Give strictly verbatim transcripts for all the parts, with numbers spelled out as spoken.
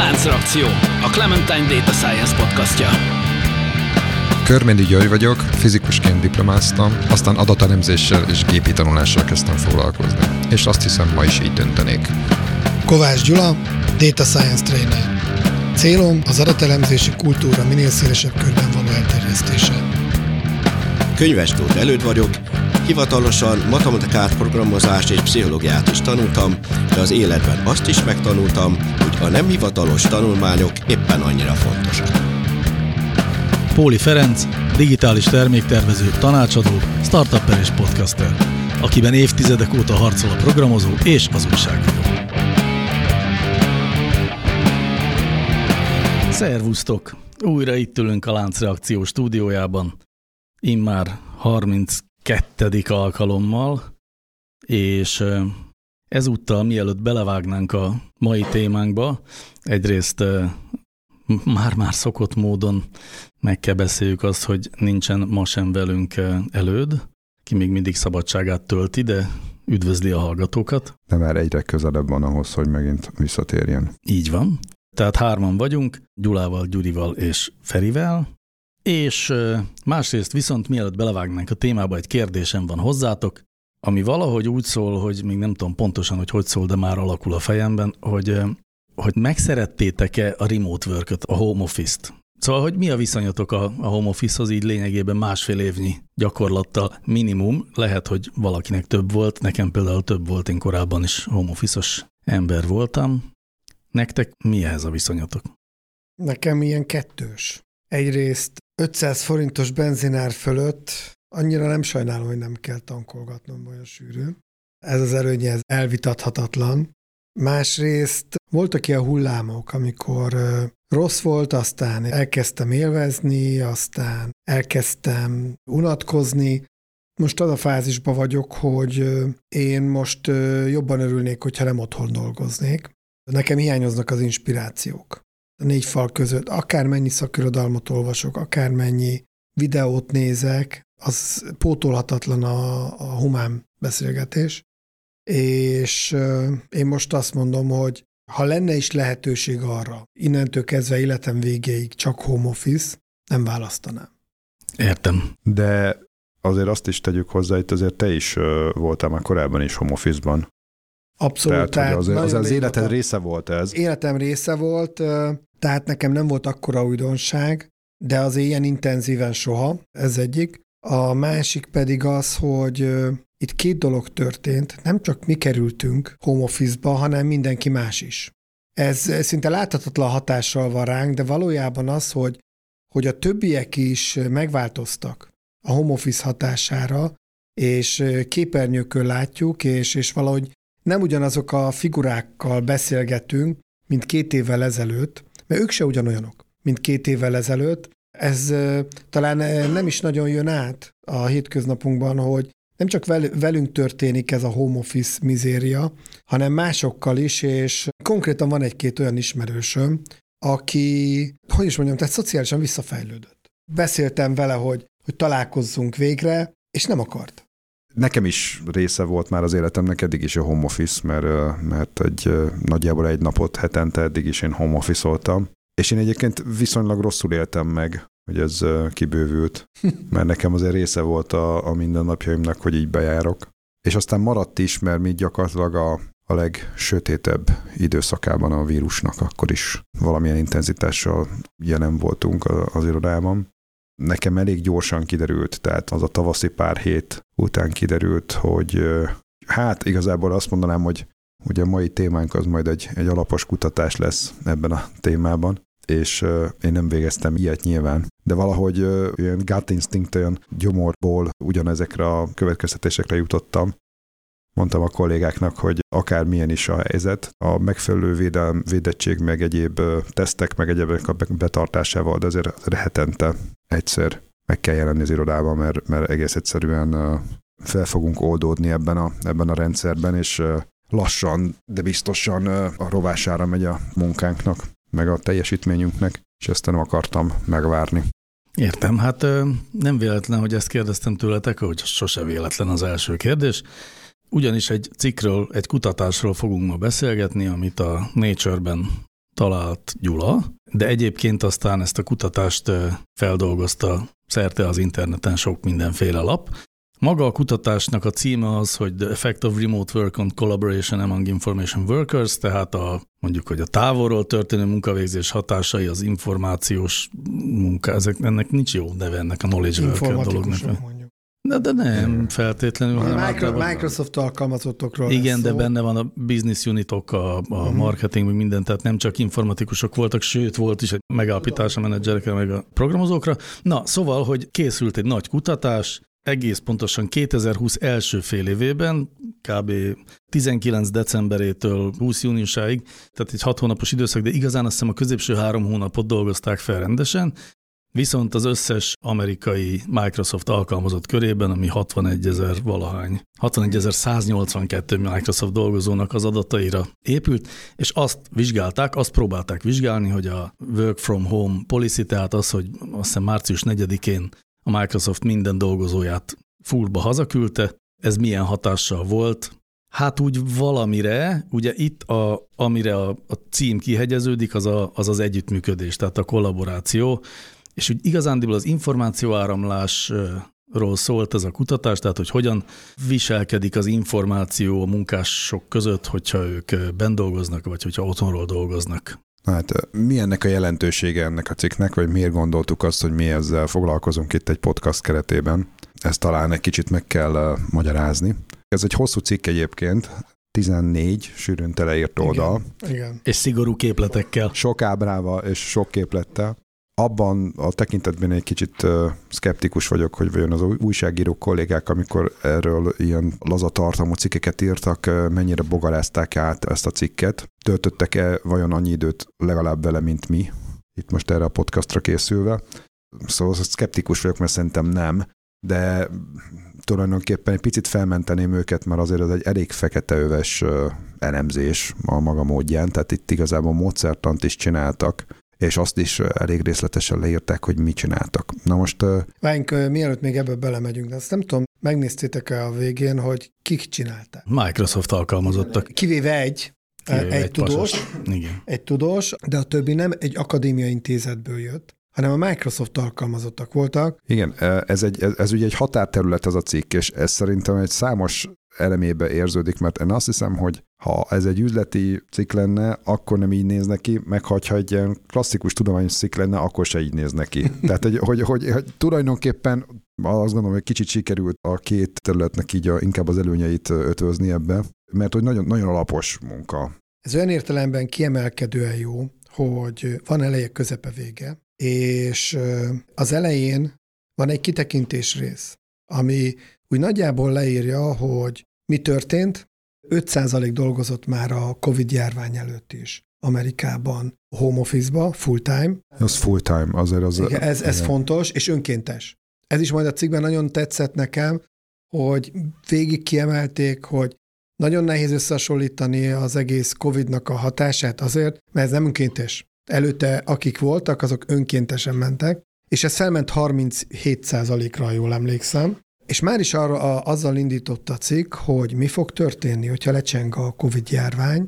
Láncreakció, a Clementine Data Science podcastja. Körméndi György vagyok, fizikusként diplomáztam, aztán adatelemzéssel és gépi tanulással kezdtem foglalkozni. És azt hiszem, ma is így döntenék. Kovács Gyula, Data Science Trainer. Célom az adatelemzési kultúra minél szélesebb körben való elterjesztése. Könyves Tóth Előd vagyok, hivatalosan matematikát, programozást és pszichológiát is tanultam, de az életben azt is megtanultam, hogy a nem hivatalos tanulmányok éppen annyira fontosak. Póli Ferenc, digitális terméktervező, tanácsadó, startupper és podcaster, akiben évtizedek óta harcol a programozó és az újságíró. Szervusztok! Újra itt ülünk a Láncreakció stúdiójában, immár harminckettedik alkalommal, és ezúttal, mielőtt belevágnánk a mai témánkba, egyrészt már-már szokott módon meg kell beszéljük azt, hogy nincsen ma sem velünk Előd, ki még mindig szabadságát tölti, de üdvözli a hallgatókat. De már egyre közelebb van ahhoz, hogy megint visszatérjen. Így van. Tehát hárman vagyunk, Gyulával, Gyurival és Ferivel, és másrészt viszont mielőtt belevágnánk a témába, egy kérdésem van hozzátok, ami valahogy úgy szól, hogy még nem tudom pontosan, hogy hogy szól, de már alakul a fejemben, hogy, hogy megszerettétek-e a remote work-öt, a home office-t. Szóval, hogy mi a viszonyatok a, a home office-hoz így lényegében másfél évnyi gyakorlattal minimum, lehet, hogy valakinek több volt, nekem például több volt, én korábban is home office-os ember voltam. Nektek mi ehhez a viszonyatok? Nekem ilyen kettős. Egyrészt ötszáz forintos benzinár fölött annyira nem sajnálom, hogy nem kell tankolgatnom olyan sűrűn. Ez az előnye, ez elvitathatatlan. Másrészt voltak ilyen hullámok, amikor rossz volt, aztán elkezdtem élvezni, aztán elkezdtem unatkozni. Most az a fázisban vagyok, hogy én most jobban örülnék, hogyha nem otthon dolgoznék. Nekem hiányoznak az inspirációk. A négy fal között akármennyi szakirodalmat olvasok, akármennyi videót nézek, az pótolhatatlan a, a humán beszélgetés. És én most azt mondom, hogy ha lenne is lehetőség arra, innentől kezdve életem végéig csak home office, nem választanám. Értem. De azért azt is tegyük hozzá, itt azért te is voltál már korábban is home office-ban. Abszolút. Tehát, hogy az, az, az életed része volt ez. Életem része volt, tehát nekem nem volt akkora újdonság, de az ilyen intenzíven soha, ez egyik. A másik pedig az, hogy itt két dolog történt, nem csak mi kerültünk home office-ba, hanem mindenki más is. Ez szinte láthatatlan hatással van ránk, de valójában az, hogy, hogy a többiek is megváltoztak a home office hatására, és képernyőkön látjuk, és, és valahogy nem ugyanazok a figurákkal beszélgetünk, mint két évvel ezelőtt, mert ők se ugyanolyanok, mint két évvel ezelőtt. Ez uh, talán nem is nagyon jön át a hétköznapunkban, hogy nem csak velünk történik ez a home office mizéria, hanem másokkal is, és konkrétan van egy-két olyan ismerősöm, aki, hogy is mondjam, tehát szociálisan visszafejlődött. Beszéltem vele, hogy, hogy találkozzunk végre, és nem akart. Nekem is része volt már az életemnek eddig is a home office, mert, mert egy, nagyjából egy napot hetente eddig is én home office-oltam. És én egyébként viszonylag rosszul éltem meg, hogy ez kibővült, mert nekem azért része volt a, a mindennapjaimnak, hogy így bejárok. És aztán maradt is, mert mi gyakorlatilag a, a legsötétebb időszakában a vírusnak akkor is valamilyen intenzitással jelen voltunk az irodában. Nekem elég gyorsan kiderült, tehát az a tavaszi pár hét után kiderült, hogy hát igazából azt mondanám, hogy ugye a mai témánk az majd egy, egy alapos kutatás lesz ebben a témában, és uh, én nem végeztem ilyet nyilván, de valahogy uh, ilyen gut instinct, olyan gyomorból ugyanezekre a következtetésekre jutottam. Mondtam a kollégáknak, hogy akármilyen is a helyzet, a megfelelő védelm, védettség, meg egyéb uh, tesztek, meg egyébek a betartásával, de azért, azért hetente egyszer meg kell jelenni az irodában, mert, mert egész egyszerűen uh, fel fogunk oldódni ebben a, ebben a rendszerben, és uh, lassan, de biztosan uh, a rovására megy a munkánknak, meg a teljesítményünknek, és ezt nem akartam megvárni. Értem, hát nem véletlen, hogy ezt kérdeztem tőletek, hogy sose véletlen az első kérdés. Ugyanis egy cikkről, egy kutatásról fogunk ma beszélgetni, amit a Nature-ben talált Gyula, de egyébként aztán ezt a kutatást feldolgozta szerte az interneten sok mindenféle lap. Maga a kutatásnak a címe az, hogy The Effect of Remote Work on Collaboration Among Information Workers, tehát a, mondjuk, hogy a távolról történő munkavégzés hatásai, az információs munka, ezek, ennek nincs jó neve ennek a knowledge worker dolognak. De, de nem feltétlenül. A Micro, Microsoft alkalmazottokról. Igen, de benne van a business unitok, a, a uh-huh. marketing, meg minden, tehát nem csak informatikusok voltak, sőt volt is egy megállapítás a menedzserekre, meg a programozókra. Na, szóval, hogy készült egy nagy kutatás, egész pontosan kétezer-húsz első fél évében, kb. tizenkilenc decemberétől húsz júniusáig, tehát egy hat hónapos időszak, de igazán azt hiszem a középső három hónapot dolgozták fel rendesen, viszont az összes amerikai Microsoft alkalmazott körében, ami hatvanegyezer valahány, hatvanegyezer-száznyolcvankettő Microsoft dolgozónak az adataira épült, és azt vizsgálták, azt próbálták vizsgálni, hogy a work from home policy, tehát az, hogy azt hiszem március negyedikén a Microsoft minden dolgozóját fullba hazaküldte, ez milyen hatással volt. Hát úgy valamire, ugye itt, a, amire a, a cím kihegyeződik, az, a, az az együttműködés, tehát a kollaboráció, és úgy igazándiból az információáramlásról szólt ez a kutatás, tehát hogy hogyan viselkedik az információ a munkások között, hogyha ők benn dolgoznak, vagy hogyha otthonról dolgoznak. Hát mi ennek a jelentősége ennek a cikknek, vagy miért gondoltuk azt, hogy mi ezzel foglalkozunk itt egy podcast keretében? Ezt talán egy kicsit meg kell uh, magyarázni. Ez egy hosszú cikk egyébként, tizennégy sűrűn teleírt oldal. Igen, igen. És szigorú képletekkel. Sok ábrával és sok képlettel. Abban a tekintetben egy kicsit uh, szkeptikus vagyok, hogy vajon az újságíró kollégák, amikor erről ilyen laza tartalmú cikkeket írtak, uh, mennyire bogarázták át ezt a cikket. Töltöttek-e vajon annyi időt legalább vele, mint mi, itt most erre a podcastra készülve. Szóval szkeptikus vagyok, mert szerintem nem, de tulajdonképpen egy picit felmenteném őket, mert azért ez egy elég feketeöves uh, elemzés a maga módján, tehát itt igazából módszertant is csináltak, és azt is elég részletesen leírták, hogy mit csináltak. Na most... Várjunk, mielőtt még ebből belemegyünk, de azt nem tudom, megnéztétek-e a végén, hogy kik csinálták? Microsoft alkalmazottak. Kivéve egy, Kivéve egy, egy tudós, Igen. egy tudós, de a többi nem egy akadémiai intézetből jött, hanem a Microsoft alkalmazottak voltak. Igen, ez, egy, ez, ez ugye egy határterület ez a cikk, és ez szerintem egy számos elemébe érződik, mert én azt hiszem, hogy ha ez egy üzleti cikk lenne, akkor nem így néz neki, meg ha egy ilyen klasszikus tudományos cikk lenne, akkor se így néz neki. Tehát, hogy, hogy, hogy, hogy tulajdonképpen azt gondolom, hogy kicsit sikerült a két területnek így a, inkább az előnyeit ötvözni ebbe, mert hogy nagyon, nagyon alapos munka. Ez olyan értelemben kiemelkedően jó, hogy van eleje, közepe, vége, és az elején van egy kitekintés rész, ami úgy nagyjából leírja, hogy mi történt. öt százalék dolgozott már a Covid-járvány előtt is Amerikában, home office-ba, full-time. Az full-time, azért az... Igen, ez, ez fontos, és önkéntes. Ez is majd a cikkben nagyon tetszett nekem, hogy végig kiemelték, hogy nagyon nehéz összehasonlítani az egész Covid-nak a hatását azért, mert ez nem önkéntes. Előtte akik voltak, azok önkéntesen mentek, és ez felment harminchét százalékra, jól emlékszem. És már is arra, a, azzal indított a cikk, hogy mi fog történni, hogyha lecseng a Covid-járvány,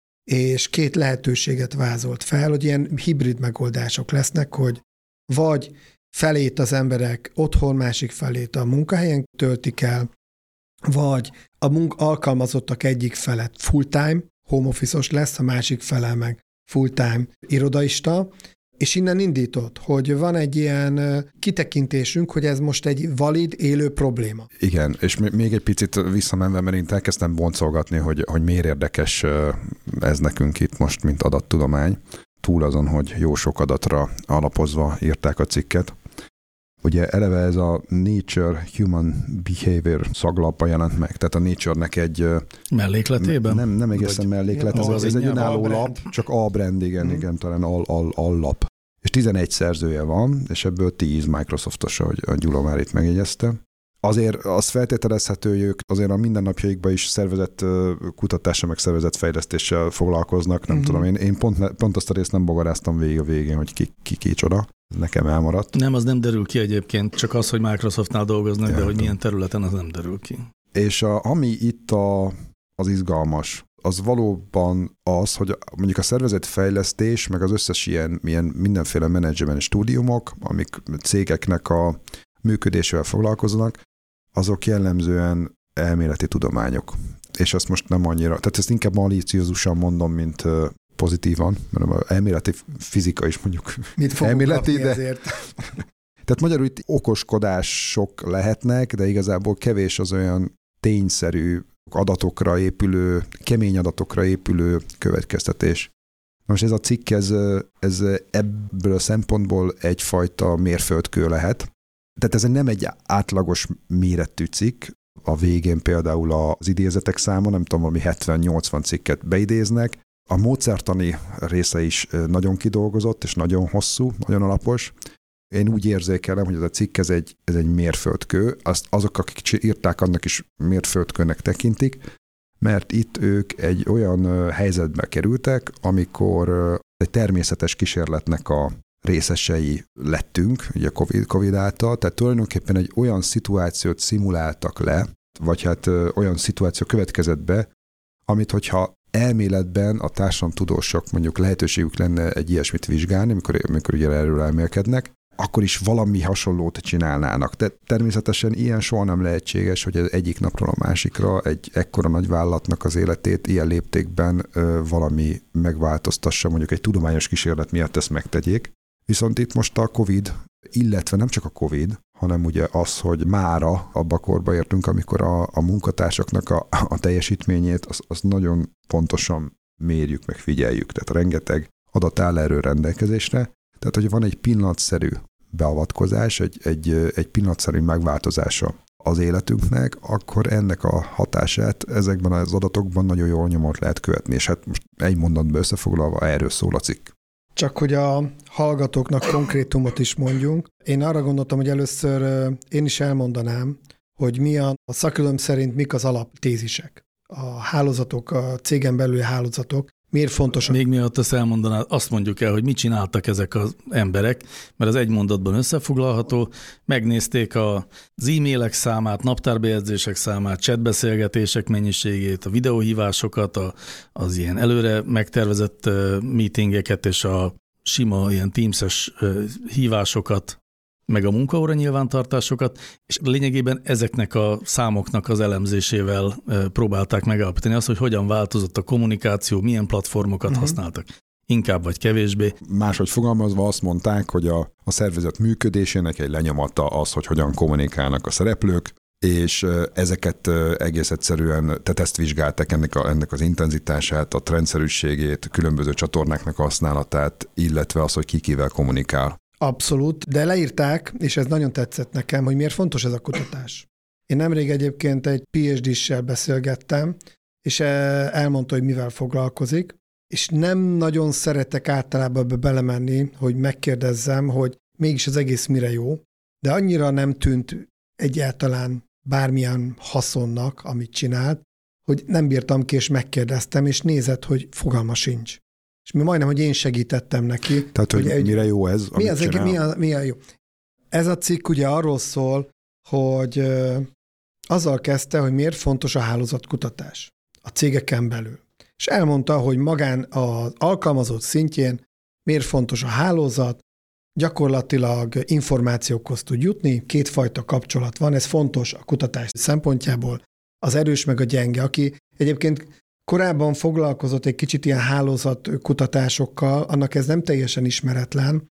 és két lehetőséget vázolt fel, hogy ilyen hibrid megoldások lesznek, hogy vagy felét az emberek otthon, másik felét a munkahelyen töltik el, vagy a munk- alkalmazottak egyik felet full-time, home office-os lesz, a másik fele meg full-time irodaista, és innen indított, hogy van egy ilyen kitekintésünk, hogy ez most egy valid, élő probléma. Igen, és még egy picit visszamenve, mert én elkezdtem boncolgatni, hogy, hogy miért érdekes ez nekünk itt most, mint adattudomány, túl azon, hogy jó sok adatra alapozva írták a cikket. Ugye eleve ez a Nature Human Behavior szaglapba jelent meg, tehát a Nature-nek egy... Mellékletében? Nem, nem egészen Vagy melléklet, ez, ez egy önálló lap, csak A-brand, igen, hmm. igen, talán al-lap. És tizenegy szerzője van, és ebből tíz Microsoftos, ahogy a Gyula már itt megjegyezte. Azért az feltételezhető, hogy ők azért a mindennapjaikban is szervezett kutatással, meg szervezett fejlesztéssel foglalkoznak, nem hmm. tudom, én, én pont, pont azt a részt nem bogaráztam végig a végén, hogy ki, ki kicsoda. Nekem elmaradt. Nem, az nem derül ki egyébként, csak az, hogy Microsoftnál dolgoznak, ja, de hogy milyen területen, az nem derül ki. És a, ami itt a, az izgalmas. Az valóban az, hogy mondjuk a szervezetfejlesztés, meg az összes ilyen, ilyen mindenféle menedzsment stúdiumok, amik cégeknek a működésével foglalkoznak, azok jellemzően elméleti tudományok. És azt most nem annyira, tehát ezt inkább malíciózusan mondom, mint pozitívan, mert az elméleti fizika is mondjuk Mit elméleti, de... ezért? Tehát magyarul itt okoskodások lehetnek, de igazából kevés az olyan tényszerű adatokra épülő, kemény adatokra épülő következtetés. Most ez a cikk, ez, ez ebből a szempontból egyfajta mérföldkő lehet. Tehát ez nem egy átlagos méretű cikk. A végén például az idézetek száma, nem tudom, valami hetven-nyolcvan cikket beidéznek. A módszertani része is nagyon kidolgozott, és nagyon hosszú, nagyon alapos. Én úgy érzékelem, hogy ez a cikk ez egy, ez egy mérföldkő. Azt azok, akik írták, annak is mérföldkőnek tekintik, mert itt ők egy olyan helyzetbe kerültek, amikor egy természetes kísérletnek a részesei lettünk, ugye COVID, COVID által, tehát tulajdonképpen egy olyan szituációt szimuláltak le, vagy hát olyan szituáció következett be, amit hogyha elméletben a társadalomtudósok mondjuk lehetőségük lenne egy ilyesmit vizsgálni, amikor, amikor ugye erről elmélkednek, akkor is valami hasonlót csinálnának. De természetesen ilyen soha nem lehetséges, hogy egyik napról a másikra egy ekkora nagy vállalatnak az életét ilyen léptékben ö, valami megváltoztassa, mondjuk egy tudományos kísérlet miatt ezt megtegyék. Viszont itt most a COVID, illetve nem csak a COVID, hanem ugye az, hogy mára abba a korba értünk, amikor a, a munkatársaknak a, a teljesítményét, az, az nagyon pontosan mérjük, meg figyeljük. Tehát rengeteg adat áll erről rendelkezésre. Tehát, hogy van egy pillanatszerű beavatkozás, egy, egy, egy pillanatszerű megváltozása az életünknek, akkor ennek a hatását ezekben az adatokban nagyon jól nyomot lehet követni. És hát most egy mondatban összefoglalva erről szól a cikk. Csak hogy a hallgatóknak konkrétumot is mondjunk. Én arra gondoltam, hogy először én is elmondanám, hogy mi a, a szakirodalom szerint mik az alaptézisek. A hálózatok, a cégen belüli hálózatok, miért fontosak? Még miatt ezt elmondanád, azt mondjuk el, hogy mit csináltak ezek az emberek, mert az egy mondatban összefoglalható. Megnézték az e-mailek számát, naptárbejegyzések számát, chatbeszélgetések mennyiségét, a videóhívásokat, a, az ilyen előre megtervezett uh, meetingeket és a sima ilyen Teams-es uh, hívásokat, meg a munkaóra nyilvántartásokat, és lényegében ezeknek a számoknak az elemzésével próbálták megállapítani azt, hogy hogyan változott a kommunikáció, milyen platformokat uh-huh. használtak. Inkább vagy kevésbé. Máshogy fogalmazva azt mondták, hogy a, a szervezet működésének egy lenyomata az, hogy hogyan kommunikálnak a szereplők, és ezeket egész egyszerűen, tehát ezt vizsgálták, ennek, a, ennek az intenzitását, a trendszerűségét, különböző csatornáknak a használatát, illetve az, hogy ki kivel kommunikál. Abszolút, de leírták, és ez nagyon tetszett nekem, hogy miért fontos ez a kutatás. Én nemrég egyébként egy pé há dé-ssel beszélgettem, és elmondta, hogy mivel foglalkozik, és nem nagyon szeretek általában ebbe belemenni, hogy megkérdezzem, hogy mégis az egész mire jó, de annyira nem tűnt egyáltalán bármilyen haszonnak, amit csinált, hogy nem bírtam ki, és megkérdeztem, és nézett, hogy fogalma sincs. És mi majdnem, hogy én segítettem neki. Tehát, hogy, hogy mire jó ez, mi az, mi, a, mi a jó? Ez a cikk ugye arról szól, hogy ö, azzal kezdte, hogy miért fontos a hálózatkutatás a cégeken belül. És elmondta, hogy magán az alkalmazott szintjén miért fontos a hálózat, gyakorlatilag információkhoz tud jutni, kétfajta kapcsolat van, ez fontos a kutatás szempontjából, az erős meg a gyenge, aki egyébként korábban foglalkozott egy kicsit ilyen hálózatkutatásokkal, annak ez nem teljesen ismeretlen,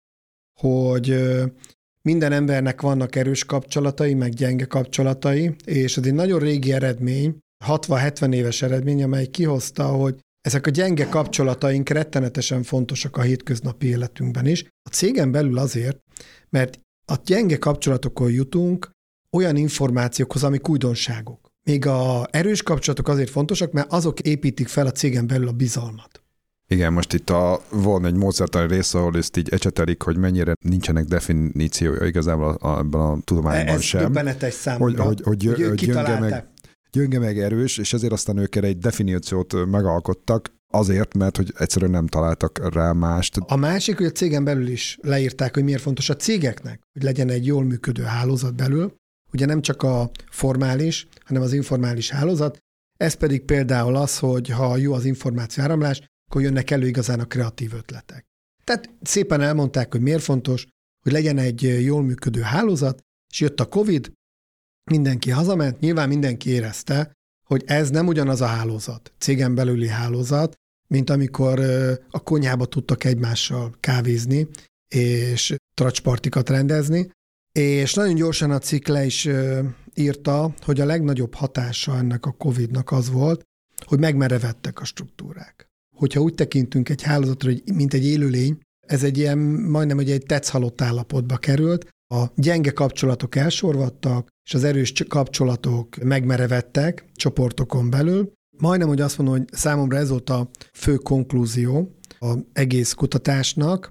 hogy minden embernek vannak erős kapcsolatai, meg gyenge kapcsolatai, és ez egy nagyon régi eredmény, hatvan-hetven éves eredmény, amely kihozta, hogy ezek a gyenge kapcsolataink rettenetesen fontosak a hétköznapi életünkben is. A cégen belül azért, mert a gyenge kapcsolatokon jutunk olyan információkhoz, amik újdonságok. Még az erős kapcsolatok azért fontosak, mert azok építik fel a cégen belül a bizalmat. Igen, most itt a, van egy módszertani rész, ahol ezt így ecsetelik, hogy mennyire nincsenek definíciója igazából a, a, ebben a tudományban Ez sem. Ez döbbenetes számomra, hogy, hogy, hogy, hogy gyönge, meg, gyönge meg erős, és ezért aztán ők egy definíciót megalkottak, azért, mert hogy egyszerűen nem találtak rá mást. A másik, hogy a cégen belül is leírták, hogy miért fontos a cégeknek, hogy legyen egy jól működő hálózat belül. Ugye nem csak a formális, hanem az informális hálózat. Ez pedig például az, hogy ha jó az információ áramlás, akkor jönnek elő igazán a kreatív ötletek. Tehát szépen elmondták, hogy miért fontos, hogy legyen egy jól működő hálózat, és jött a Covid, mindenki hazament, nyilván mindenki érezte, hogy ez nem ugyanaz a hálózat, cégen belüli hálózat, mint amikor a konyhába tudtak egymással kávézni, és tracspartikat rendezni, és nagyon gyorsan a cikk le is írta, hogy a legnagyobb hatása ennek a Covidnak az volt, hogy megmerevedtek a struktúrák. Hogyha úgy tekintünk egy hálózatra, hogy mint egy élőlény, ez egy ilyen, majdnem, hogy egy tetszhalott állapotba került, a gyenge kapcsolatok elsorvadtak, és az erős kapcsolatok megmerevedtek csoportokon belül. Majdnem, hogy azt mondom, hogy számomra ez volt a fő konklúzió az egész kutatásnak,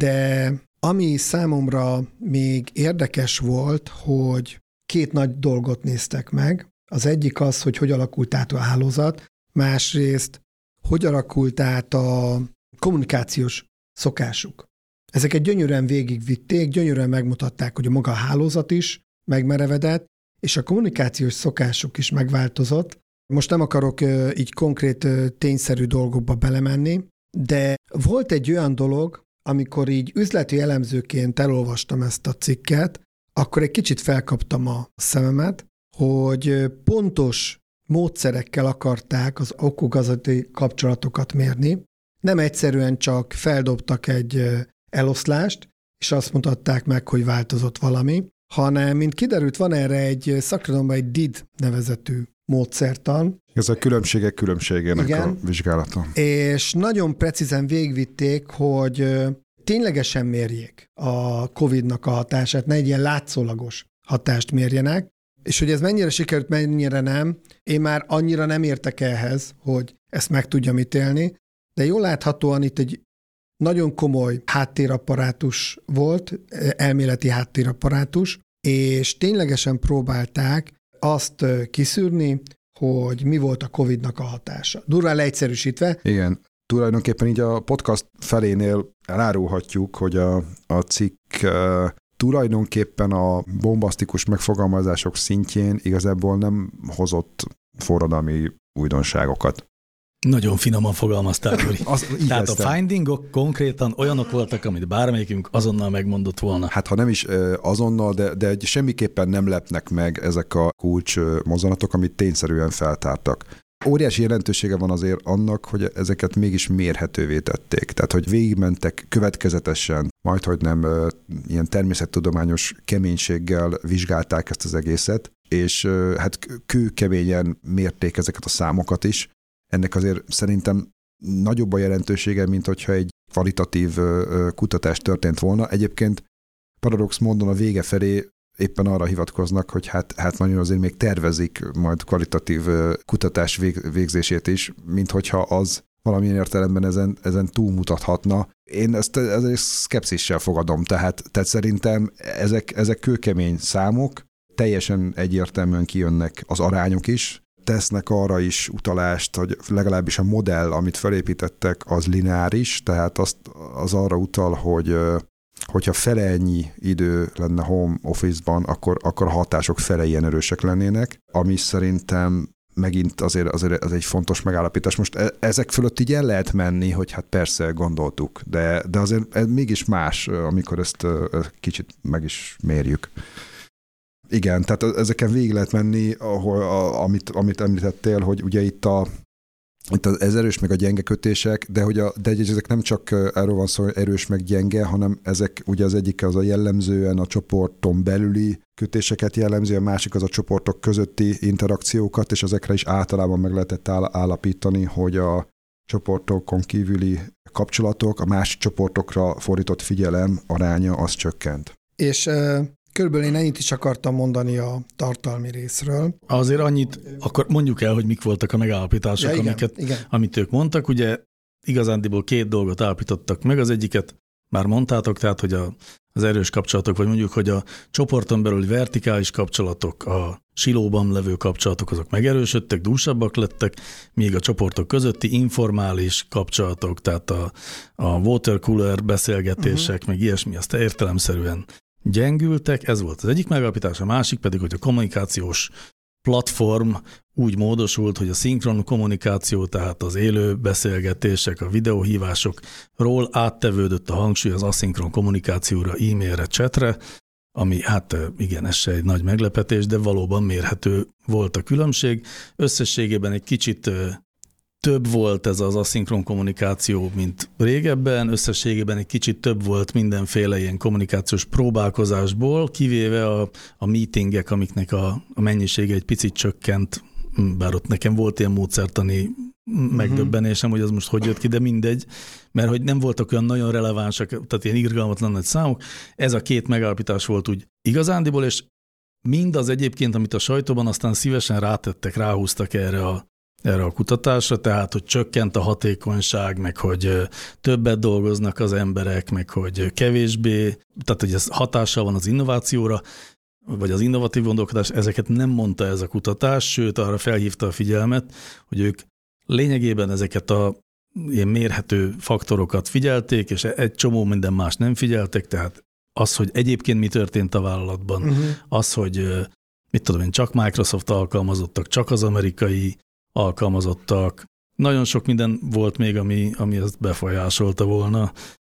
de ami számomra még érdekes volt, hogy két nagy dolgot néztek meg. Az egyik az, hogy hogy alakult át a hálózat, másrészt hogy alakult át a kommunikációs szokásuk. Ezeket gyönyörűen végigvitték, gyönyörűen megmutatták, hogy a maga a hálózat is megmerevedett, és a kommunikációs szokásuk is megváltozott. Most nem akarok így konkrét tényszerű dolgokba belemenni, de volt egy olyan dolog, amikor így üzleti elemzőként elolvastam ezt a cikket, akkor egy kicsit felkaptam a szememet, hogy pontos módszerekkel akarták az okokozati kapcsolatokat mérni. Nem egyszerűen csak feldobtak egy eloszlást, és azt mutatták meg, hogy változott valami, hanem, mint kiderült, van erre egy szakirodalomban egy D I D nevezetű módszertan. Ez a különbségek különbségének Igen. a vizsgálata. És nagyon precízen végvitték, hogy ténylegesen mérjék a Covidnak a hatását, ne egy ilyen látszólagos hatást mérjenek, és hogy ez mennyire sikerült, mennyire nem, én már annyira nem értek ehhez, hogy ezt meg tudjam ítélni, de jól láthatóan itt egy nagyon komoly háttérapparátus volt, elméleti háttérapparátus, és ténylegesen próbálták azt kiszűrni, hogy mi volt a Covidnak a hatása. Durván leegyszerűsítve. Igen, tulajdonképpen így a podcast felénél elárulhatjuk, hogy a, a cikk uh, tulajdonképpen a bombasztikus megfogalmazások szintjén igazából nem hozott forradalmi újdonságokat. Nagyon finoman fogalmaztál, Gyuri. Az, Tehát kezdtem. a findingok konkrétan olyanok voltak, amit bármelyikünk azonnal megmondott volna. Hát ha nem is azonnal, de, de semmiképpen nem lepnek meg ezek a kulcs mozzanatok, amit tényszerűen feltártak. Óriási jelentősége van azért annak, hogy ezeket mégis mérhetővé tették. Tehát, hogy végigmentek következetesen, majdhogy nem ilyen természettudományos keménységgel vizsgálták ezt az egészet, és hát kőkeményen mérték ezeket a számokat is. Ennek azért szerintem nagyobb a jelentősége, mint hogyha egy kvalitatív kutatás történt volna. Egyébként paradox módon a vége felé éppen arra hivatkoznak, hogy hát, hát nagyon azért még tervezik majd kvalitatív kutatás vég, végzését is, mint hogyha az valamilyen értelemben ezen, ezen túlmutathatna. Én ezt, ezt szkepszissel fogadom, tehát, tehát szerintem ezek, ezek kőkemény számok, teljesen egyértelműen kijönnek az arányok is, tesznek arra is utalást, hogy legalábbis a modell, amit felépítettek, az lineáris, tehát az, az arra utal, hogy hogyha fele ennyi idő lenne home office-ban, akkor, akkor a hatások fele ilyen erősek lennének, ami szerintem megint azért, azért ez egy fontos megállapítás. Most ezek fölött így el lehet menni, hogy hát persze gondoltuk, de, de azért ez mégis más, amikor ezt kicsit meg is mérjük. Igen, tehát ezeken végig lehet menni, ahol, a, amit, amit említettél, hogy ugye itt a Itt az erős meg a gyenge kötések, de hogy a, de ezek nem csak erről van szó, hogy erős meg gyenge, hanem ezek ugye az egyik az a jellemzően a csoporton belüli kötéseket jellemzi, a másik az a csoportok közötti interakciókat, és ezekre is általában meg lehetett állapítani, hogy a csoportokon kívüli kapcsolatok, a másik csoportokra fordított figyelem aránya az csökkent. És uh... Körülbelül én ennyit is akartam mondani a tartalmi részről. Azért annyit, akkor mondjuk el, hogy mik voltak a megállapítások, ja, igen, amiket, igen. amit ők mondtak. Ugye igazándiból két dolgot állapítottak meg. Az egyiket már mondtátok, tehát, hogy a, az erős kapcsolatok, vagy mondjuk, hogy a csoporton belül vertikális kapcsolatok, a silóban levő kapcsolatok, azok megerősödtek, dúsabbak lettek, míg a csoportok közötti informális kapcsolatok, tehát a, a watercooler beszélgetések, uh-huh. meg ilyesmi, azt értelemszerűen gyengültek, ez volt az egyik megállapítás, a másik pedig, hogy a kommunikációs platform úgy módosult, hogy a szinkron kommunikáció, tehát az élő beszélgetések, a videóhívásokról áttevődött a hangsúly az aszinkron kommunikációra, e-mailre, chatre, ami hát igen, ez se egy nagy meglepetés, de valóban mérhető volt a különbség. Összességében egy kicsit több volt ez az aszinkron kommunikáció, mint régebben, összességében egy kicsit több volt mindenféle ilyen kommunikációs próbálkozásból, kivéve a, a meetingek, amiknek a, a mennyisége egy picit csökkent, bár ott nekem volt ilyen módszertani megdöbbenésem, hogy az most hogy jött ki, de mindegy, mert hogy nem voltak olyan nagyon relevánsak, tehát ilyen irgalmatlan nagy számok. Ez a két megállapítás volt úgy igazándiból, és mindaz egyébként, amit a sajtóban aztán szívesen rátettek, ráhúztak erre a erre a kutatásra, tehát, hogy csökkent a hatékonyság, meg hogy többet dolgoznak az emberek, meg hogy kevésbé, tehát, hogy ez hatással van az innovációra, vagy az innovatív gondolkodás, ezeket nem mondta ez a kutatás, sőt, arra felhívta a figyelmet, hogy ők lényegében ezeket a ilyen mérhető faktorokat figyelték, és egy csomó minden más nem figyeltek, tehát az, hogy egyébként mi történt a vállalatban, uh-huh. az, hogy mit tudom én, csak Microsoft alkalmazottak, csak az amerikai alkalmazottak. Nagyon sok minden volt még, ami, ami ezt befolyásolta volna.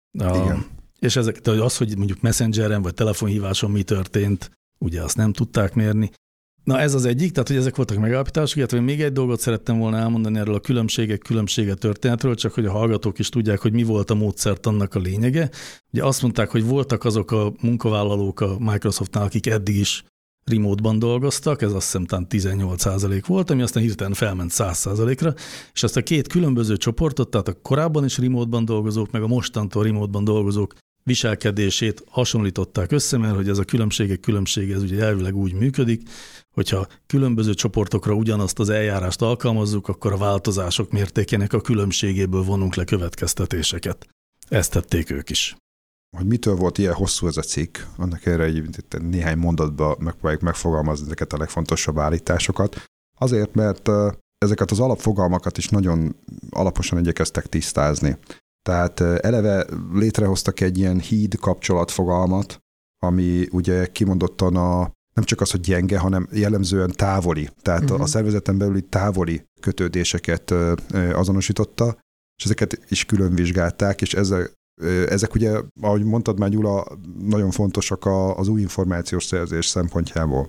A, és ezek, az, hogy mondjuk Messengeren vagy telefonhíváson mi történt, ugye azt nem tudták mérni. Na ez az egyik, tehát hogy ezek voltak megállapítások, illetve még egy dolgot szerettem volna elmondani erről a különbségek különbsége történetről, csak hogy a hallgatók is tudják, hogy mi volt a módszert annak a lényege. Ugye azt mondták, hogy voltak azok a munkavállalók a Microsoftnál, akik eddig is remote-ban dolgoztak, ez azt hiszem talán tizennyolc százalék volt, ami aztán hirtelen felment száz százalékra, és azt a két különböző csoportot, tehát a korábban is remote-ban dolgozók, meg a mostantól remote-ban dolgozók viselkedését hasonlították össze, mert hogy ez a különbségek különbsége, ez ugye elvileg úgy működik, hogyha különböző csoportokra ugyanazt az eljárást alkalmazzuk, akkor a változások mértékének a különbségéből vonunk le következtetéseket. Ezt tették ők is. Hogy mitől volt ilyen hosszú ez a cikk, annak erre egy néhány mondatban megpróbáljuk megfogalmazni ezeket a legfontosabb állításokat. Azért, mert ezeket az alapfogalmakat is nagyon alaposan igyekeztek tisztázni. Tehát eleve létrehoztak egy ilyen híd kapcsolatfogalmat, ami ugye kimondottan a, nem csak az, hogy gyenge, hanem jellemzően távoli. Tehát uh-huh. a szervezeten belüli távoli kötődéseket azonosította, és ezeket is külön vizsgálták, és ezzel Ezek ugye, ahogy mondtad már Gyula, nagyon fontosak az új információs szerzés szempontjából.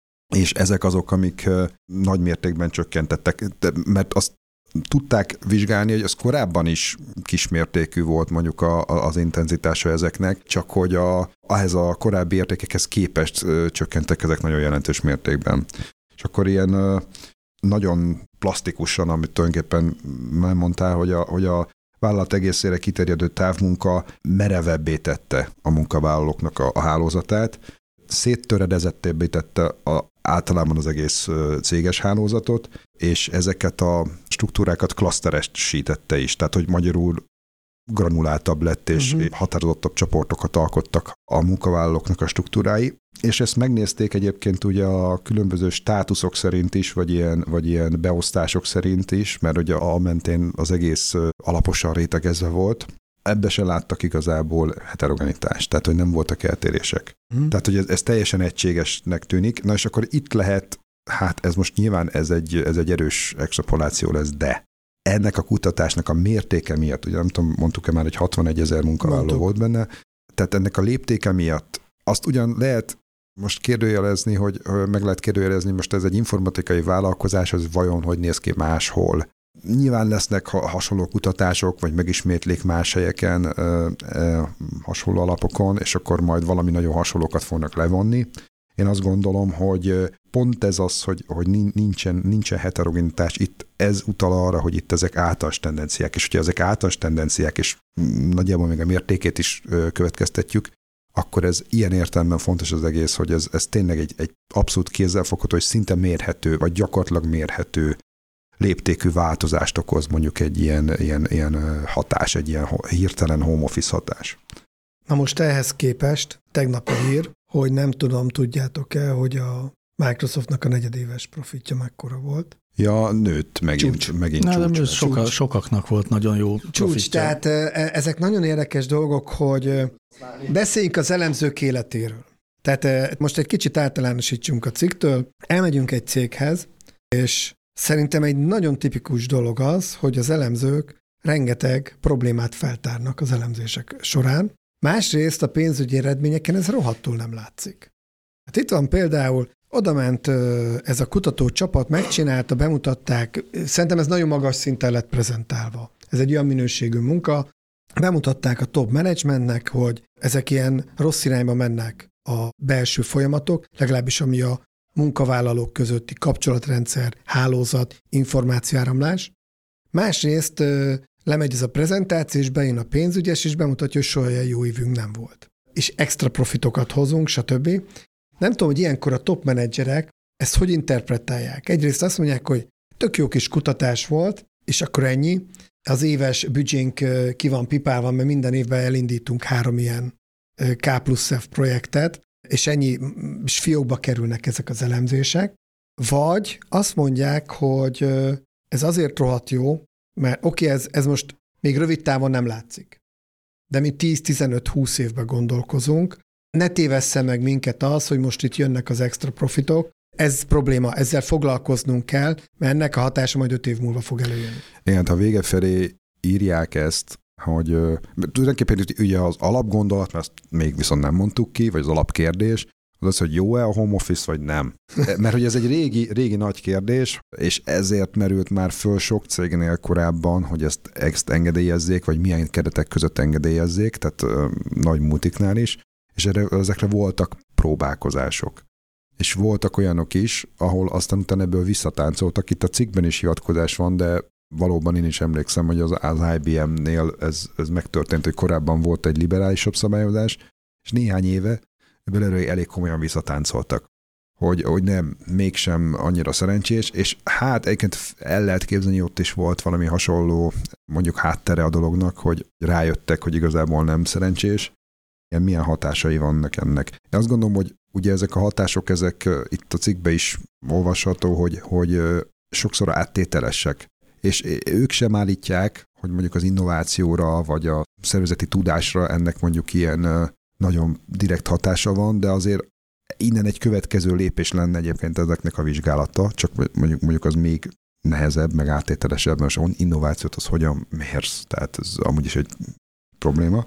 És ezek azok, amik nagy mértékben csökkentettek, mert azt tudták vizsgálni, hogy az korábban is kismértékű volt mondjuk a, az intenzitása ezeknek, csak hogy a, ahhez a korábbi értékekhez képest csökkentek ezek nagyon jelentős mértékben. És akkor ilyen nagyon plastikusan, amit tulajdonképpen már mondtál, hogy a, hogy a vállalat egészére kiterjedő távmunka merevebbé tette a munkavállalóknak a, a hálózatát, széttöredezettebbé tette a, általában az egész céges hálózatot, és ezeket a struktúrákat klaszteresítette is, tehát hogy magyarul granuláltabb lett, és uh-huh. határozottabb csoportokat alkottak a munkavállalóknak a struktúrái, és ezt megnézték egyébként ugye a különböző státuszok szerint is, vagy ilyen, vagy ilyen beosztások szerint is, mert ugye a mentén az egész alaposan rétegezve volt. Ebbe se láttak igazából heterogenitást, tehát hogy nem voltak eltérések. Uh-huh. Tehát, hogy ez, ez teljesen egységesnek tűnik. Na és akkor itt lehet, hát ez most nyilván ez egy, ez egy erős extrapoláció lesz, de ennek a kutatásnak a mértéke miatt, ugye nem tudom, mondtuk-e már, hogy hatvanegyezer munkavállaló Mondtuk. volt benne, tehát ennek a léptéke miatt azt ugyan lehet most kérdőjelezni, hogy meg lehet kérdőjelezni, most ez egy informatikai vállalkozás, az vajon hogy néz ki máshol. Nyilván lesznek hasonló kutatások, vagy megismétlik más helyeken ö, ö, hasonló alapokon, és akkor majd valami nagyon hasonlókat fognak levonni. Én azt gondolom, hogy pont ez az, hogy, hogy nincsen, nincsen heterogenitás, itt ez utal arra, hogy itt ezek általános tendenciák, és hogyha ezek általános tendenciák, és nagyjából még a mértékét is következtetjük, akkor ez ilyen értelemben fontos az egész, hogy ez, ez tényleg egy, egy abszolút kézzelfogható, és szinte mérhető, vagy gyakorlatilag mérhető léptékű változást okoz mondjuk egy ilyen, ilyen, ilyen hatás, egy ilyen hirtelen home office hatás. Na most ehhez képest tegnap a hír, hogy nem tudom, tudjátok-e, hogy a Microsoftnak a negyedéves profitja mekkora volt? Ja, nőtt megint. Csúcs. megint Na, csúcs. De soka, csúcs. Sokaknak volt nagyon jó Csúcs, profitja. tehát ezek nagyon érdekes dolgok, hogy beszéljünk az elemzők életéről. Tehát most egy kicsit általánosítsunk a cikktől, elmegyünk egy céghez, és szerintem egy nagyon tipikus dolog az, hogy az elemzők rengeteg problémát feltárnak az elemzések során. Másrészt a pénzügyi eredményeken ez rohadtul nem látszik. Hát itt van például, odament ez a kutatócsapat, megcsinálta, bemutatták, szerintem ez nagyon magas szinten lett prezentálva. Ez egy olyan minőségű munka, bemutatták a top managementnek, hogy ezek ilyen rossz irányba mennek a belső folyamatok, legalábbis ami a munkavállalók közötti kapcsolatrendszer, hálózat, információáramlás. Másrészt lemegy ez a prezentáció, és bejön a pénzügyes, és bemutatja, hogy soha ilyen jó évünk nem volt. És extra profitokat hozunk, stb. Nem tudom, hogy ilyenkor a top menedzserek ezt hogy interpretálják. Egyrészt azt mondják, hogy tök jó kis kutatás volt, és akkor ennyi. Az éves büdzsénk ki van pipálva, mert minden évben elindítunk három ilyen K plusz F projektet, és ennyi, és fiókba kerülnek ezek az elemzések. Vagy azt mondják, hogy ez azért rohadt jó, mert oké, okay, ez, ez most még rövid távon nem látszik. De mi tíz-tizenöt-húsz évben gondolkozunk. Ne tévessze meg minket az, hogy most itt jönnek az extra profitok. Ez probléma, ezzel foglalkoznunk kell, mert ennek a hatása majd öt év múlva fog előjönni. Igen, ha vége felé írják ezt, hogy tulajdonképpen ugye az alapgondolat, mert ezt még viszont nem mondtuk ki, vagy az alapkérdés, az az, hogy jó-e a home office, vagy nem. Mert hogy ez egy régi, régi nagy kérdés, és ezért merült már föl sok cégnél korábban, hogy ezt, ezt engedélyezzék, vagy milyen keretek között engedélyezzék, tehát ö, nagy multiknál is, és erre, ezekre voltak próbálkozások. És voltak olyanok is, ahol aztán utána ebből visszatáncoltak. Itt a cikkben is hivatkozás van, de valóban én is emlékszem, hogy az, az I B M-nél ez, ez megtörtént, hogy korábban volt egy liberálisabb szabályozás, és néhány éve belőle elég komolyan visszatáncoltak, hogy, hogy nem, mégsem annyira szerencsés, és hát egyébként el lehet képzelni, ott is volt valami hasonló, mondjuk háttere a dolognak, hogy rájöttek, hogy igazából nem szerencsés. Ilyen milyen hatásai vannak ennek. Én azt gondolom, hogy ugye ezek a hatások, ezek itt a cikkben is olvasható, hogy, hogy sokszor áttételesek. És ők sem állítják, hogy mondjuk az innovációra, vagy a szervezeti tudásra ennek mondjuk ilyen nagyon direkt hatása van, de azért innen egy következő lépés lenne egyébként ezeknek a vizsgálata, csak mondjuk, mondjuk az még nehezebb, meg áttételesebb, mert az innovációt az hogyan mérsz, tehát ez amúgy is egy probléma.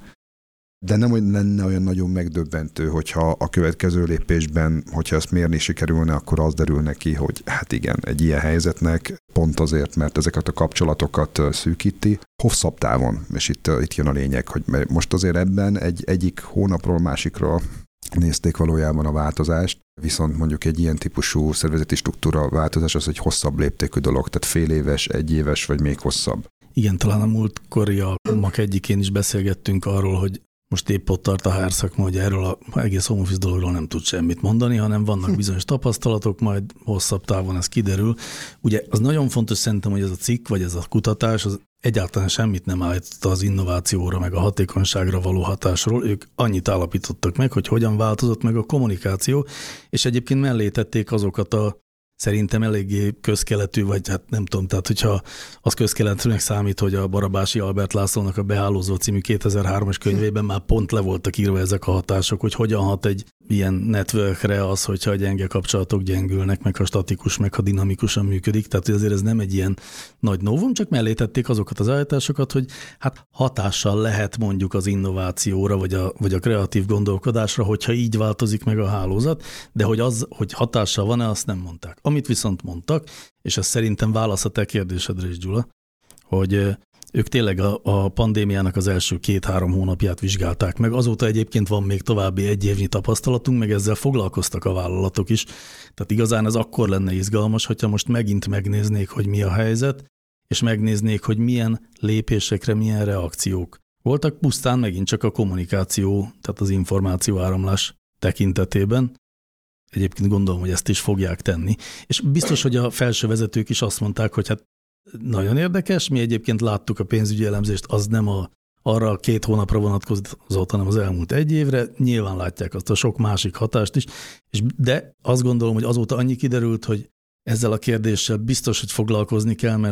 De nem, hogy lenne olyan nagyon megdöbbentő, hogyha a következő lépésben, hogyha ezt mérni sikerülne, akkor az derül neki, hogy hát igen, egy ilyen helyzetnek pont azért, mert ezeket a kapcsolatokat szűkíti, hosszabb távon, és itt, itt jön a lényeg, hogy most azért ebben egy, egyik hónapról másikra nézték valójában a változást, viszont mondjuk egy ilyen típusú szervezeti struktúra változás az egy hosszabb léptékű dolog, tehát fél éves, egy éves, vagy még hosszabb. Igen, talán a múltkori alkalmak egyikén is beszélgettünk arról, hogy most épp ott tart a há er szakma, hogy erről az egész home office dologról nem tud semmit mondani, hanem vannak bizonyos tapasztalatok, majd hosszabb távon ez kiderül. Ugye az nagyon fontos szerintem, hogy ez a cikk, vagy ez a kutatás, az egyáltalán semmit nem állította az innovációra, meg a hatékonyságra való hatásról. Ők annyit állapítottak meg, hogy hogyan változott meg a kommunikáció, és egyébként mellé tették azokat a szerintem eléggé közkeletű, vagy hát nem tudom, tehát hogyha az közkeletűnek számít, hogy a Barabási Albert Lászlónak a Behálózó című kétezer-hármas könyvében már pont le voltak írva ezek a hatások, hogy hogyan hat egy ilyen networkre az, hogyha a gyenge kapcsolatok gyengülnek, meg ha statikus, meg ha dinamikusan működik. Tehát azért ez nem egy ilyen nagy novum, csak mellé tették azokat az állításokat, hogy hát hatással lehet mondjuk az innovációra, vagy a, vagy a kreatív gondolkodásra, hogyha így változik meg a hálózat, de hogy az, hogy hatással van-e, azt nem mondták. Amit viszont mondtak, és ez szerintem válasz a te kérdésedre is, Gyula, hogy ők tényleg a, a pandémiának az első két-három hónapját vizsgálták meg. Azóta egyébként van még további egy évnyi tapasztalatunk, meg ezzel foglalkoztak a vállalatok is. Tehát igazán ez akkor lenne izgalmas, hogyha most megint megnéznék, hogy mi a helyzet, és megnéznék, hogy milyen lépésekre, milyen reakciók voltak, pusztán megint csak a kommunikáció, tehát az információáramlás tekintetében. Egyébként gondolom, hogy ezt is fogják tenni. És biztos, hogy a felső vezetők is azt mondták, hogy hát nagyon érdekes, mi egyébként láttuk a pénzügyi elemzést, az nem a, arra a két hónapra vonatkozott, hanem az elmúlt egy évre. Nyilván látják azt a sok másik hatást is, és de azt gondolom, hogy azóta annyi kiderült, hogy ezzel a kérdéssel biztos, hogy foglalkozni kell, mert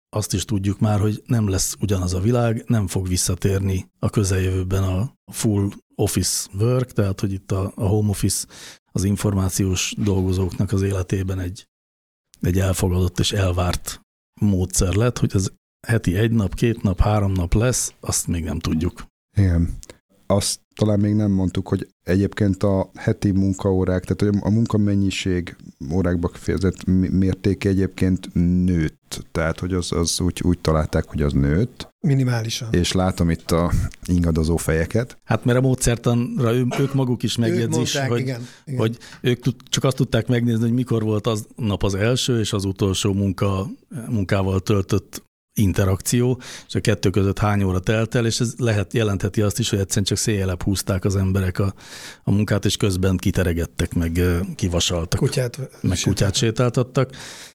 azt is tudjuk már, hogy nem lesz ugyanaz a világ, nem fog visszatérni a közeljövőben a full office work, tehát hogy itt a, a home office az információs dolgozóknak az életében egy, egy elfogadott és elvárt módszer lett, hogy az heti egy nap, két nap, három nap lesz, azt még nem tudjuk. Igen. Azt talán még nem mondtuk, hogy egyébként a heti munkaórák, tehát a munkamennyiség órákba kifejezett mértéke egyébként nőtt. Tehát, hogy az, az úgy, úgy találták, hogy az nőtt. Minimálisan. És látom itt a ingadozó fejeket. Hát mert a módszertanra ő, ők maguk is megjegyzés, hogy, igen, igen. hogy ők csak azt tudták megnézni, hogy mikor volt az nap az első és az utolsó munka, munkával töltött interakció, és a kettő között hány óra telt el, és ez lehet, jelentheti azt is, hogy egyszerűen csak széjjelebb húzták az emberek a, a munkát, és közben kiteregettek, meg kivasaltak, kutyát, meg kutyát sétáltattak.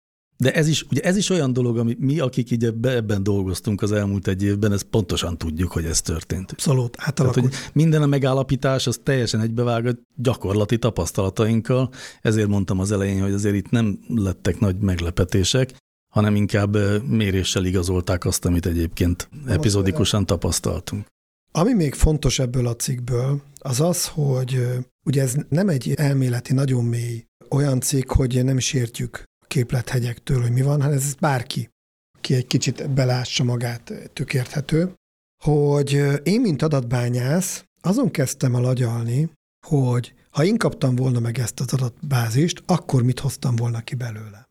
De ez is, ugye ez is olyan dolog, ami mi, akik így ebben dolgoztunk az elmúlt egy évben, ezt pontosan tudjuk, hogy ez történt. Abszolút, átalakult. Tehát, hogy minden a megállapítás, az teljesen egybevág a gyakorlati tapasztalatainkkal. Ezért mondtam az elején, hogy azért itt nem lettek nagy meglepetések, hanem inkább méréssel igazolták azt, amit egyébként epizódikusan tapasztaltunk. Ami még fontos ebből a cikkből, az az, hogy ugye ez nem egy elméleti, nagyon mély olyan cikk, hogy nem is értjük a képlethegyektől, hogy mi van, hanem ez bárki, aki egy kicsit belássa magát, tök érthető, hogy én, mint adatbányász, azon kezdtem el agyalni, hogy ha én kaptam volna meg ezt az adatbázist, akkor mit hoztam volna ki belőle.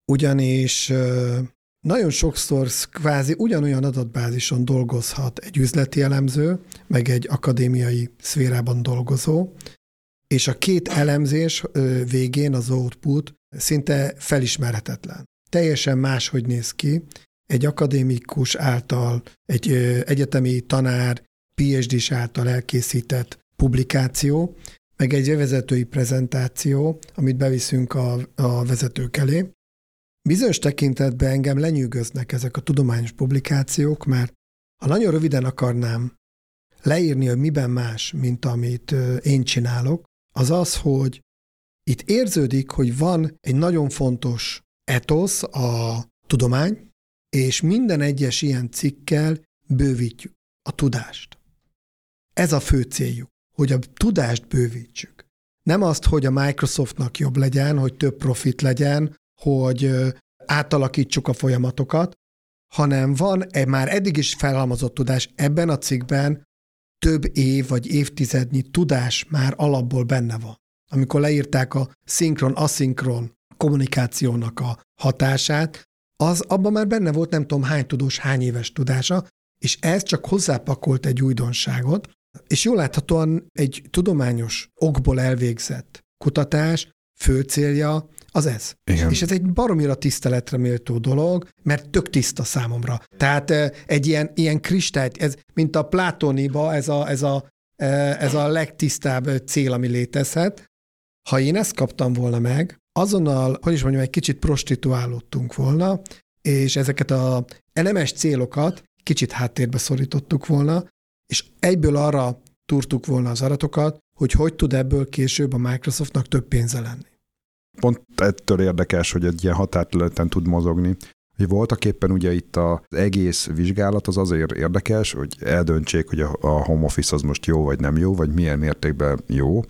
Ugyanis nagyon sokszor kvázi ugyanolyan adatbázison dolgozhat egy üzleti elemző, meg egy akadémiai szférában dolgozó, és a két elemzés végén az output szinte felismerhetetlen. Teljesen máshogy néz ki egy akadémikus által, egy egyetemi tanár, pé há dés által elkészített publikáció, meg egy vezetői prezentáció, amit beviszünk a, a vezetők elé. Bizonyos tekintetben engem lenyűgöznek ezek a tudományos publikációk, mert ha nagyon röviden akarnám leírni, hogy miben más, mint amit én csinálok, az az, hogy itt érződik, hogy van egy nagyon fontos etosz, a tudomány, és minden egyes ilyen cikkel bővítjük a tudást. Ez a fő céljuk, hogy a tudást bővítsük. Nem azt, hogy a Microsoftnak jobb legyen, hogy több profit legyen, hogy átalakítsuk a folyamatokat, hanem van egy már eddig is felhalmozott tudás, ebben a cikkben több év vagy évtizednyi tudás már alapból benne van. Amikor leírták a szinkron-aszinkron kommunikációnak a hatását, az abban már benne volt nem tudom hány tudós, hány éves tudása, és ez csak hozzápakolt egy újdonságot, és jól láthatóan egy tudományos okból elvégzett kutatás fő célja az ez. Igen. És ez egy baromira tiszteletre méltó dolog, mert tök tiszta számomra. Tehát egy ilyen, ilyen kristályt, ez, mint a Platoniba, ez a, ez, a, ez a legtisztább cél, ami létezhet. Ha én ezt kaptam volna meg, azonnal, hogy is mondjam, egy kicsit prostituálódtunk volna, és ezeket a elemes célokat kicsit háttérbe szorítottuk volna, és egyből arra túrtuk volna az adatokat, hogy hogy tud ebből később a Microsoftnak több pénze lenni. Pont ettől érdekes, hogy egy ilyen határterületen tud mozogni. Hogy voltak éppen ugye itt az egész vizsgálat az azért érdekes, hogy eldöntsék, hogy a home office az most jó vagy nem jó, vagy milyen mértékben jó,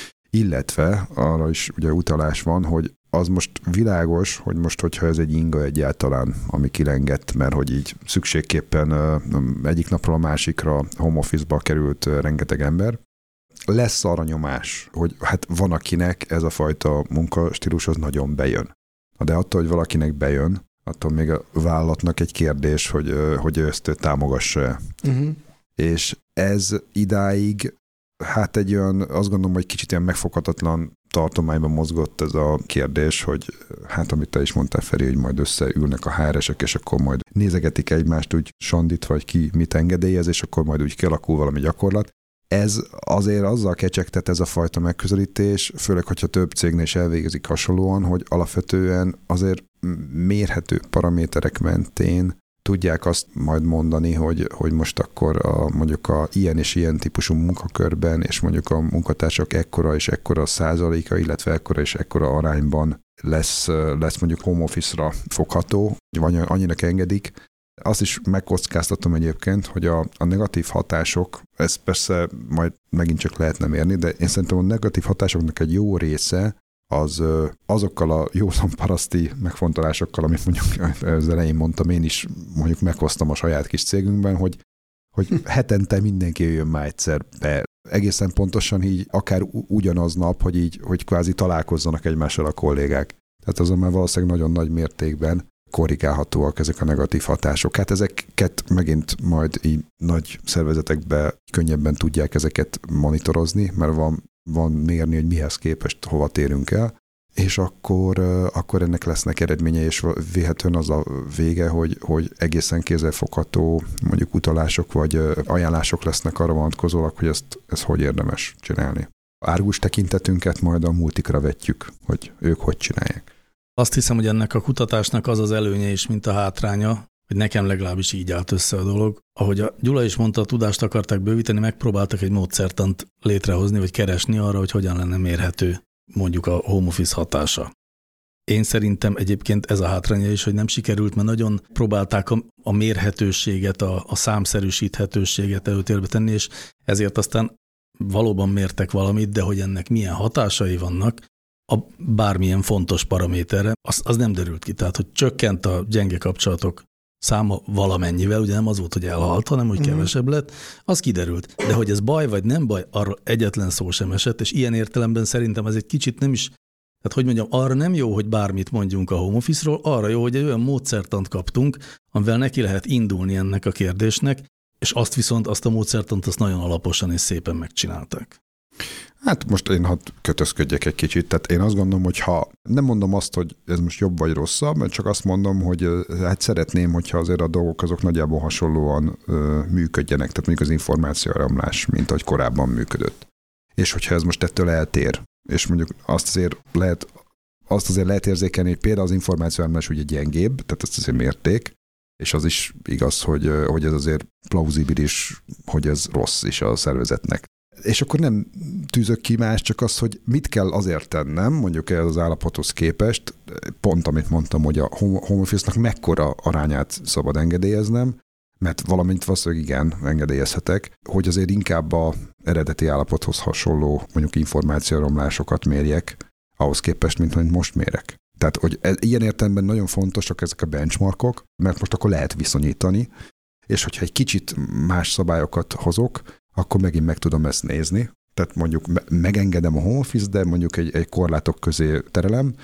illetve arra is ugye utalás van, hogy az most világos, hogy most, hogyha ez egy inga egyáltalán, ami kilengett, mert hogy így szükségképpen egyik napról a másikra home office-ba került rengeteg ember, lesz arra nyomás, hogy hát van, akinek ez a fajta munkastílus az nagyon bejön. De attól, hogy valakinek bejön, attól még a vállalatnak egy kérdés, hogy, hogy ezt támogassa-e. Uh-huh. És ez idáig, hát egy olyan, azt gondolom, hogy kicsit ilyen megfoghatatlan tartományban mozgott ez a kérdés, hogy hát amit te is mondtál, Feri, hogy majd összeülnek a há er esek, és akkor majd nézegetik egymást úgy Sandit, vagy ki mit engedélyez, és akkor majd úgy kialakul valami gyakorlat. Ez azért azzal kecsegtet ez a fajta megközelítés, főleg, hogyha több cégnél is elvégezik hasonlóan, hogy alapvetően azért mérhető paraméterek mentén tudják azt majd mondani, hogy, hogy most akkor a, mondjuk a ilyen és ilyen típusú munkakörben, és mondjuk a munkatársak ekkora és ekkora százaléka, illetve ekkora és ekkora arányban lesz, lesz mondjuk home office-ra fogható, vagy annyinak engedik. Azt is megkockáztatom egyébként, hogy a, a negatív hatások, ez persze majd megint csak lehetne mérni, de én szerintem a negatív hatásoknak egy jó része az azokkal a józan paraszti megfontolásokkal, amit mondjuk az elején mondtam, én is mondjuk meghoztam a saját kis cégünkben, hogy, hogy hetente mindenki jöjjön már egyszer be. Egészen pontosan így akár ugyanaz nap, hogy így, hogy kvázi találkozzanak egymással a kollégák. Tehát azon már valószínűleg nagyon nagy mértékben korrigálhatóak ezek a negatív hatások. Hát ezeket megint majd így nagy szervezetekbe könnyebben tudják ezeket monitorozni, mert van, van mérni, hogy mihez képest hova térünk el, és akkor, akkor ennek lesznek eredménye, és véhetően az a vége, hogy, hogy egészen kézzelfogható mondjuk utalások vagy ajánlások lesznek arra vonatkozólag, hogy ezt, ezt hogy érdemes csinálni. Árgus tekintetünket majd a multikra vetjük, hogy ők hogy csinálják. Azt hiszem, hogy ennek a kutatásnak az az előnye is, mint a hátránya, hogy nekem legalábbis így állt össze a dolog. Ahogy a Gyula is mondta, a tudást akarták bővíteni, megpróbáltak egy módszertant létrehozni, vagy keresni arra, hogy hogyan lenne mérhető mondjuk a home office hatása. Én szerintem egyébként ez a hátránya is, hogy nem sikerült, mert nagyon próbálták a, a mérhetőséget, a, a számszerűsíthetőséget előtérbe tenni, és ezért aztán valóban mértek valamit, de hogy ennek milyen hatásai vannak, a bármilyen fontos paraméterre, az, az nem derült ki. Tehát, hogy csökkent a gyenge kapcsolatok száma valamennyivel, ugye nem az volt, hogy elhalt, hanem hogy kevesebb lett, az kiderült. De hogy ez baj vagy nem baj, arra egyetlen szó sem esett, és ilyen értelemben szerintem ez egy kicsit nem is, tehát hogy mondjam, arra nem jó, hogy bármit mondjunk a home office-ról, arra jó, hogy egy olyan módszertant kaptunk, amivel neki lehet indulni ennek a kérdésnek, és azt viszont, azt a módszertant azt nagyon alaposan és szépen megcsinálták. Hát most én hadd kötözködjek egy kicsit, tehát én azt gondolom, hogy ha nem mondom azt, hogy ez most jobb vagy rosszabb, mert csak azt mondom, hogy hát szeretném, hogyha azért a dolgok azok nagyjából hasonlóan ö, működjenek, tehát mondjuk az információáramlás, mint ahogy korábban működött. És hogyha ez most ettől eltér, és mondjuk azt azért lehet, azt azért lehet érzékelni, hogy például az információáramlás ugye gyengébb, tehát ezt azért mérték, és az is igaz, hogy, hogy ez azért plauzibilis, hogy ez rossz is a szervezetnek. És akkor nem tűzök ki más, csak az, hogy mit kell azért tennem, mondjuk ez az állapothoz képest, pont amit mondtam, hogy a home office-nak mekkora arányát szabad engedélyeznem, mert valamint valószínűleg igen, engedélyezhetek, hogy azért inkább a eredeti állapothoz hasonló mondjuk információromlásokat mérjek ahhoz képest, mint amit most mérek. Tehát, hogy ez, ilyen értelemben nagyon fontosak ezek a benchmarkok, mert most akkor lehet viszonyítani, és hogyha egy kicsit más szabályokat hozok, akkor megint meg tudom ezt nézni. Tehát mondjuk megengedem a home office, de mondjuk egy, egy korlátok közé terelem,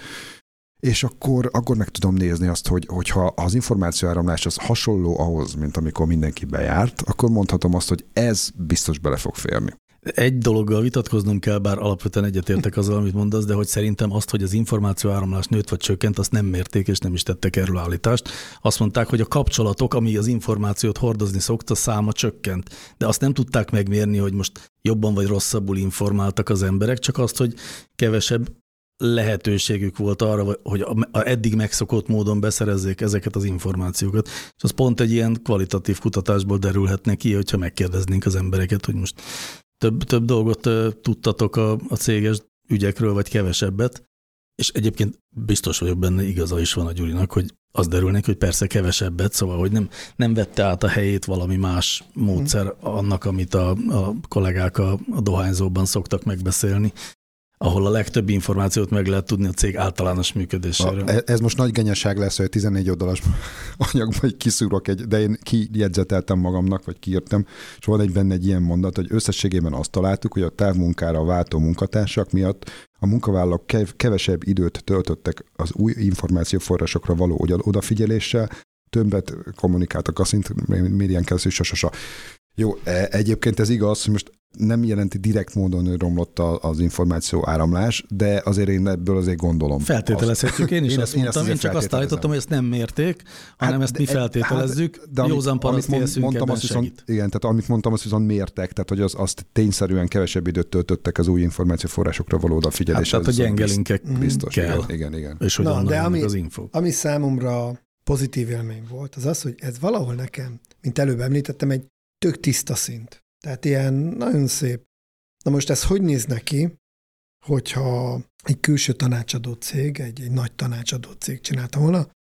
és akkor, akkor meg tudom nézni azt, hogy, hogyha az információáramlás az hasonló ahhoz, mint amikor mindenki bejárt, akkor mondhatom azt, hogy ez biztos bele fog férni. Egy dologgal vitatkoznunk kell, bár alapvetően egyetértek azzal, amit mondasz, de hogy szerintem azt, hogy az információáramlás nőtt vagy csökkent, azt nem mérték, és nem is tettek erről állítást. Azt mondták, hogy a kapcsolatok, ami az információt hordozni szokta, száma csökkent. De azt nem tudták megmérni, hogy most jobban vagy rosszabbul informáltak az emberek, csak azt, hogy kevesebb lehetőségük volt arra, hogy a eddig megszokott módon beszerezzék ezeket az információkat. És az pont egy ilyen kvalitatív kutatásból derülhetne ki, hogyha megkérdeznénk az embereket, hogy most Több, több dolgot uh, tudtatok a, a céges ügyekről, vagy kevesebbet, és egyébként biztos vagyok benne, igaza is van a Gyurinak, hogy az derül neki, hogy persze kevesebbet, szóval, hogy nem, nem vette át a helyét valami más módszer annak, amit a, a kollégák a, a dohányzóban szoktak megbeszélni, ahol a legtöbb információt meg lehet tudni a cég általános működéséről. Na, ez most nagy genyeság lesz, hogy tizennégy oldalas anyagban kiszúrok egy, de én kijegyzeteltem magamnak, vagy kiírtam, és van egy benne egy ilyen mondat, hogy összességében azt találtuk, hogy a távmunkára váltó munkatársak miatt a munkavállalók kevesebb időt töltöttek az új információforrásokra való odafigyeléssel, többet kommunikáltak a szint médián keresztül, sosasa. Jó, egyébként ez igaz, hogy most nem jelenti direkt módon romlott az információ áramlás, de azért én ebből azért gondolom. Feltételezhetjük, én is én azt én mondtam, én csak azt állítottam, hogy ezt nem mérték, hanem hát, ezt mi feltételezzük, hát, de józan paraszti eszünkben segít. Igen, tehát amit mondtam, azt viszont mértek, tehát hogy az, azt tényszerűen kevesebb időt töltöttek az új információforrásokra való odafigyelésre. Hát, tehát a gyengelinkek biztos, kell. Igen, igen, igen. És hogy Na, de ami, az info. ami számomra pozitív élmény volt, az az, hogy ez valahol nekem, mint előbb említettem, egy tök tiszta szint. Tehát ilyen nagyon szép. Na most ez hogy néz neki, hogyha egy külső tanácsadó cég, egy, egy nagy tanácsadó cég csinálta volna,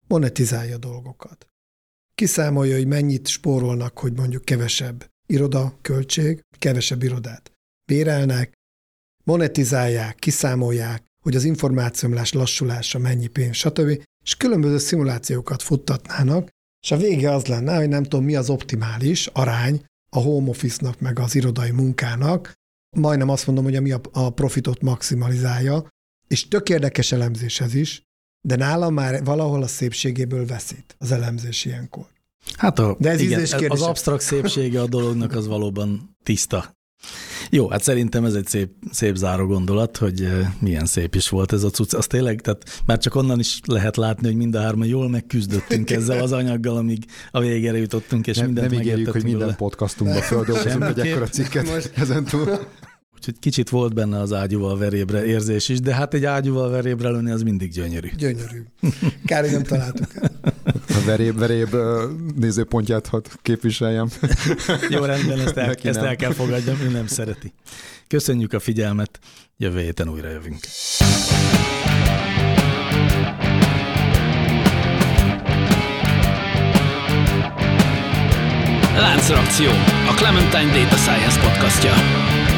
monetizálja dolgokat. Kiszámolja, hogy mennyit spórolnak, hogy mondjuk kevesebb iroda költség, kevesebb irodát bérelnek, monetizálják, kiszámolják, hogy az információmlás lassulása mennyi pénz, stb. És különböző szimulációkat futtatnának, és a vége az lenne, hogy nem tudom, mi az optimális arány a home office-nak meg az irodai munkának, majdnem azt mondom, hogy ami a, a profitot maximalizálja, és tök érdekes elemzés ez is, de nálam már valahol a szépségéből veszít az elemzés ilyenkor. Hát a, de ez igen, az absztrakt szépsége a dolognak az valóban tiszta. Jó, hát szerintem ez egy szép, szép záró gondolat, hogy milyen szép is volt ez a cucc. Az tényleg, tehát már csak onnan is lehet látni, hogy mind a hárman jól megküzdöttünk ezzel az anyaggal, amíg a végére jutottunk, és nem, mindent nem ígérjük, hogy minden vele. podcastunkba földolgozunk egy ekkora cikket Most... ezen túl. Úgyhogy kicsit volt benne az ágyúval verébre érzés is, de hát egy ágyúval verébre lőni az mindig gyönyörű. Gyönyörű. Kár, hogy nem találtuk el. A veréb, veréb nézőpontját hadd képviseljem. Jó, rendben, ezt el, ezt el kell fogadjam, ő nem szereti. Köszönjük a figyelmet, jövő héten újra jövünk. Láncreakció, a Clementine Data Science podcastja.